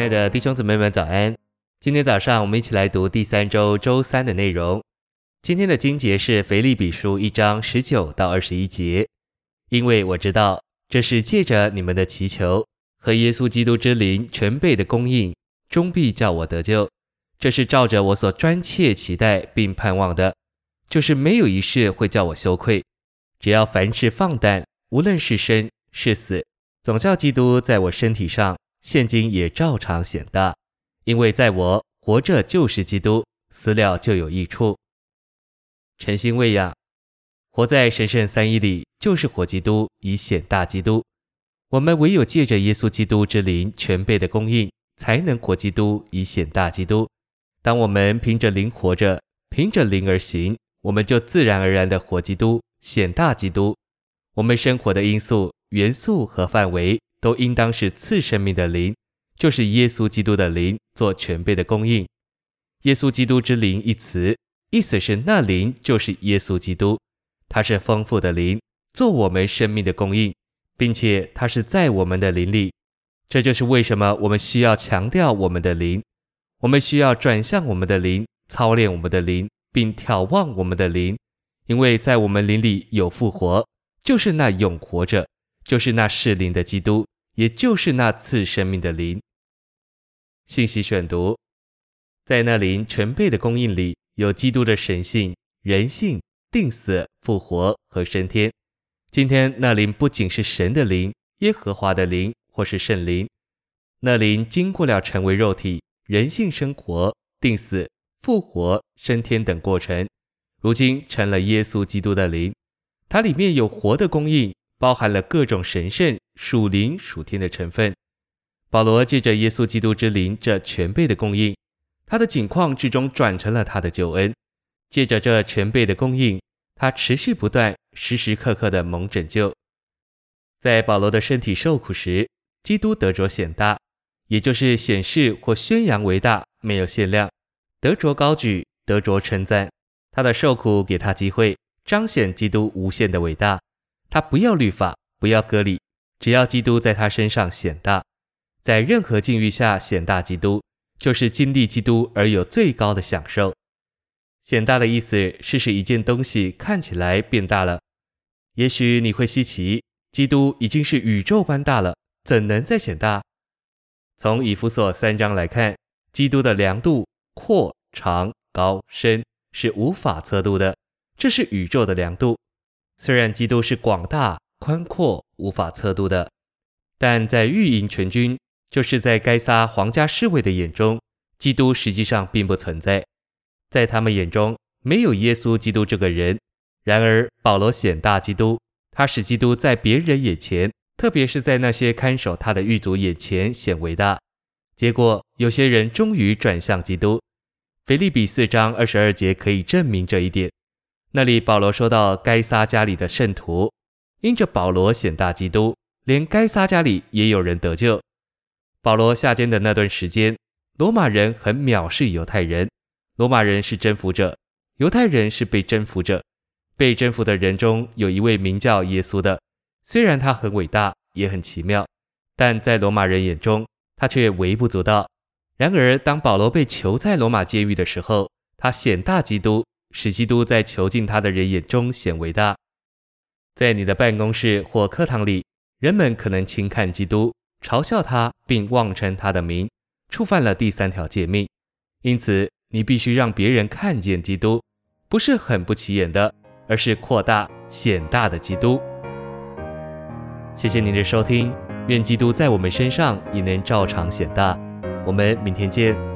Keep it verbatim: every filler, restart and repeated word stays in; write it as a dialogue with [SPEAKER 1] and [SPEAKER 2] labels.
[SPEAKER 1] 爱的弟兄姊妹们早安，今天早上我们一起来读第三周周三的内容。今天的经节是腓立比书一章十九到二十一节。因为我知道这是借着你们的祈求和耶稣基督之灵全备的供应，终必叫我得救。这是照着我所专切期待并盼望的，就是没有一事会叫我羞愧。只要凡事放胆，无论是生是死，总叫基督在我身体上现今也照常显大。因为在我活着就是基督，死了就有益处。诚心喂养，活在神圣三一里，就是活基督，以显大基督。我们唯有借着耶稣基督之灵全备的供应，才能活基督，以显大基督。当我们凭着灵活着，凭着灵而行，我们就自然而然地活基督，显大基督。我们生活的因素、元素和范围都应当是赐生命的灵，就是耶稣基督的灵做全备的供应。耶稣基督之灵一词，意思是那灵就是耶稣基督，他是丰富的灵，做我们生命的供应，并且他是在我们的灵里。这就是为什么我们需要强调我们的灵，我们需要转向我们的灵，操练我们的灵，并眺望我们的灵，因为在我们灵里有复活，就是那永活着，就是那是灵的基督，也就是那赐生命的灵。信息选读，在那灵全备的供应里，有基督的神性、人性、定死、复活和升天。今天那灵不仅是神的灵、耶和华的灵或是圣灵，那灵经过了成为肉体、人性生活、定死、复活、升天等过程，如今成了耶稣基督的灵。它里面有活的供应，包含了各种神圣、属灵、属天的成分。保罗借着耶稣基督之灵这全备的供应，他的景况至终转成了他的救恩。借着这全备的供应，他持续不断、时时刻刻的蒙拯救。在保罗的身体受苦时，基督得着显大，也就是显示或宣扬为大，没有限量，得着高举，得着称赞。他的受苦给他机会彰显基督无限的伟大。他不要律法，不要割礼，只要基督在他身上显大。在任何境遇下显大基督，就是经历基督而有最高的享受。显大的意思是使一件东西看起来变大了。也许你会稀奇，基督已经是宇宙般大了，怎能再显大？从以弗所三章来看，基督的量度、阔、长、高、深是无法测度的，这是宇宙的量度。虽然基督是广大、宽阔、无法测度的，但在御营全军，就是在该撒皇家侍卫的眼中，基督实际上并不存在。在他们眼中，没有耶稣基督这个人。然而保罗显大基督，他使基督在别人眼前，特别是在那些看守他的狱卒眼前显为大。结果有些人终于转向基督。腓立比四章二十二节可以证明这一点。那里保罗说到该撒家里的圣徒，因着保罗显大基督，连该撒家里也有人得救。保罗下监的那段时间，罗马人很藐视犹太人，罗马人是征服者，犹太人是被征服者。被征服的人中有一位名叫耶稣的，虽然他很伟大，也很奇妙，但在罗马人眼中，他却微不足道。然而当保罗被囚在罗马监狱的时候，他显大基督，使基督在囚禁他的人眼中显为大。在你的办公室或课堂里，人们可能轻看基督，嘲笑他，并妄称他的名，触犯了第三条诫命。因此你必须让别人看见基督，不是很不起眼的，而是扩大显大的基督。谢谢您的收听，愿基督在我们身上也能照常显大。我们明天见。